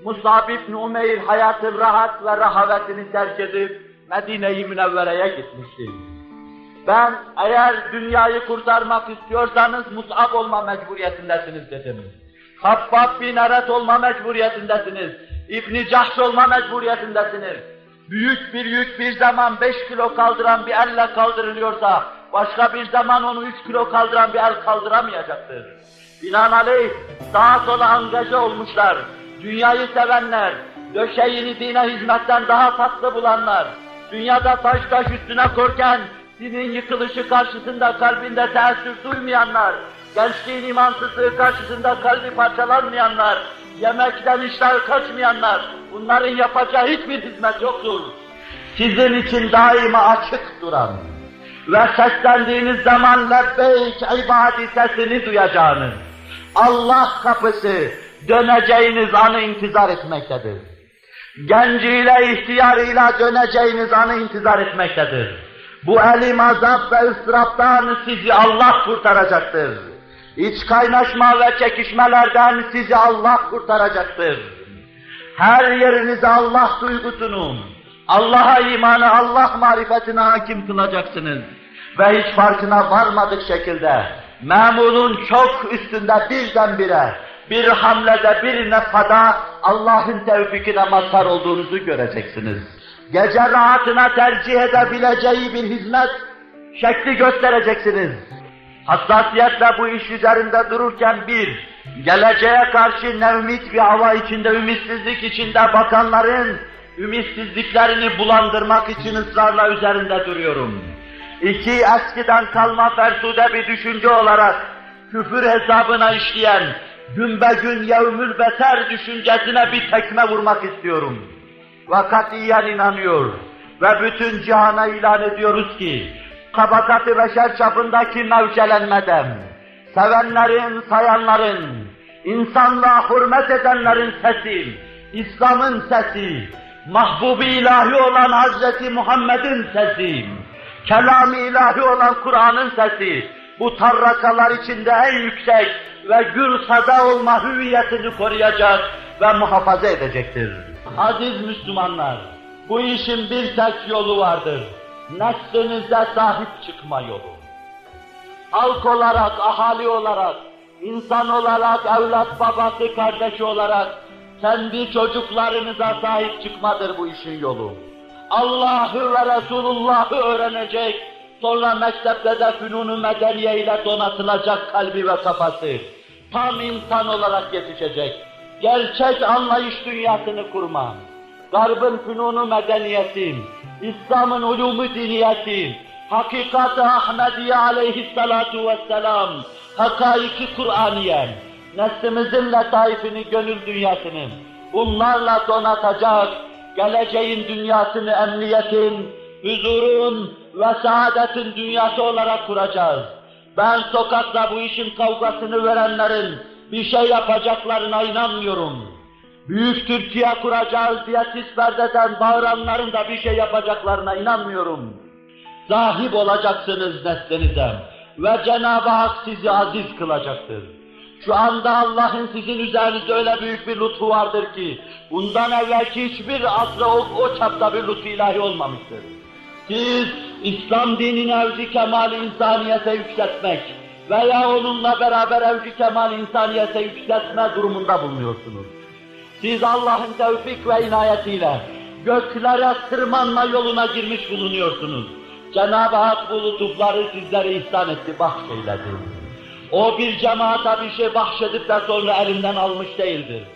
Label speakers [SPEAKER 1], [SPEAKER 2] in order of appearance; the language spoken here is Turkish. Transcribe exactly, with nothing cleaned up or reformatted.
[SPEAKER 1] Mus'ab ibn Umeyr hayatı rahat ve rahavetini terk edip Medine-i Münevvere'ye gitmişti. Ben eğer dünyayı kurtarmak istiyorsanız Mus'ab olma mecburiyetindesiniz dedim. Habbab bin Eret olma mecburiyetindesiniz. İbn-i Cahş olma mecburiyetindesiniz. Büyük bir yük bir zaman beş kilo kaldıran bir elle kaldırılıyorsa, başka bir zaman onu üç kilo kaldıran bir el kaldıramayacaktır. Binaenaleyh sağa sola angaja olmuşlar, dünyayı sevenler, döşeğini dine hizmetten daha tatlı bulanlar, dünyada taş taş üstüne korken, dinin yıkılışı karşısında kalbinde teessür duymayanlar, gençliğin imansızlığı karşısında kalbi parçalanmayanlar, yemekten iştah kaçmayanlar, bunların yapacağı hiçbir hizmet yoktur. Sizin için daima açık duran ve seslendiğiniz zaman lebbeyk ibadi sesini duyacağınız Allah kapısı döneceğiniz anı intizar etmektedir. Genciyle, ihtiyarıyla döneceğiniz anı intizar etmektedir. Bu elim azap ve ıstıraptan sizi Allah kurtaracaktır. İç kaynaşma ve çekişmelerden sizi Allah kurtaracaktır. Her yerinize Allah duygusunu, Allah'a imanı, Allah marifetine hakim kılacaksınız. Ve hiç farkına varmadık şekilde, memurun çok üstünde birdenbire, bir hamlede, bir nefhada Allah'ın tevfikine mazhar olduğunuzu göreceksiniz. Gece rahatına tercih edebileceği bir hizmet şekli göstereceksiniz. Hassasiyetle bu iş üzerinde dururken bir, geleceğe karşı nevmit bir hava içinde, ümitsizlik içinde bakanların ümitsizliklerini bulandırmak için ısrarla üzerinde duruyorum. İki, eskiden kalma fersude bir düşünce olarak küfür hesabına işleyen gün be gün yevmül beter düşüncesine bir tekme vurmak istiyorum. Ve katiyen inanıyor ve bütün cihana ilan ediyoruz ki tabakat-ı beşer çapındaki mevcelenmeden, sevenlerin, sayanların, insanlığa hürmet edenlerin sesi, İslam'ın sesi, mahbub-i ilahi olan Hazreti Muhammed'in sesi, kelam-ı ilahi olan Kur'an'ın sesi, bu tarrakalar içinde en yüksek ve gül sada olma hüviyetini koruyacak ve muhafaza edecektir. Aziz Müslümanlar, bu işin bir tek yolu vardır. Neslinize sahip çıkma yolu. Halk olarak, ahali olarak, insan olarak, evlat babası, kardeşi olarak kendi çocuklarınıza sahip çıkmadır bu işin yolu. Allah'ı ve Resulullah'ı öğrenecek, sonra mektepte de fünun-u medeniye ile donatılacak kalbi ve kafası, tam insan olarak yetişecek, gerçek anlayış dünyasını kurma. Garbın fünun-u medeniyeti, İslam'ın ulûm-u diniyeti, hakikat-ı Ahmediye aleyhissalatu vesselam, hakaiki Kur'aniye, neslimizin letaifini, gönül dünyasını bunlarla donatacak, geleceğin dünyasını emniyetin, huzurun ve saadetin dünyası olarak kuracağız. Ben sokakta bu işin kavgasını verenlerin bir şey yapacaklarına inanmıyorum. Büyük Türkiye kuracağız diye sis perdeden bağıranların da bir şey yapacaklarına inanmıyorum. Sahip olacaksınız neslinize ve Cenab-ı Hak sizi aziz kılacaktır. Şu anda Allah'ın sizin üzerinizde öyle büyük bir lütfu vardır ki, bundan evvelki hiçbir asra o, o çapta bir lütfu ilahi olmamıştır. Siz, İslam dinini evci kemal-i insaniyete yükseltmek veya onunla beraber evci kemal-i insaniyete yükseltme durumunda bulunuyorsunuz. Siz Allah'ın tevfik ve inayetiyle göklere tırmanma yoluna girmiş bulunuyorsunuz. Cenab-ı Hak bu lütufları sizlere ihsan etti, bahşeyledi. O bir cemaata bir şey bahşedip de sonra elinden almış değildir.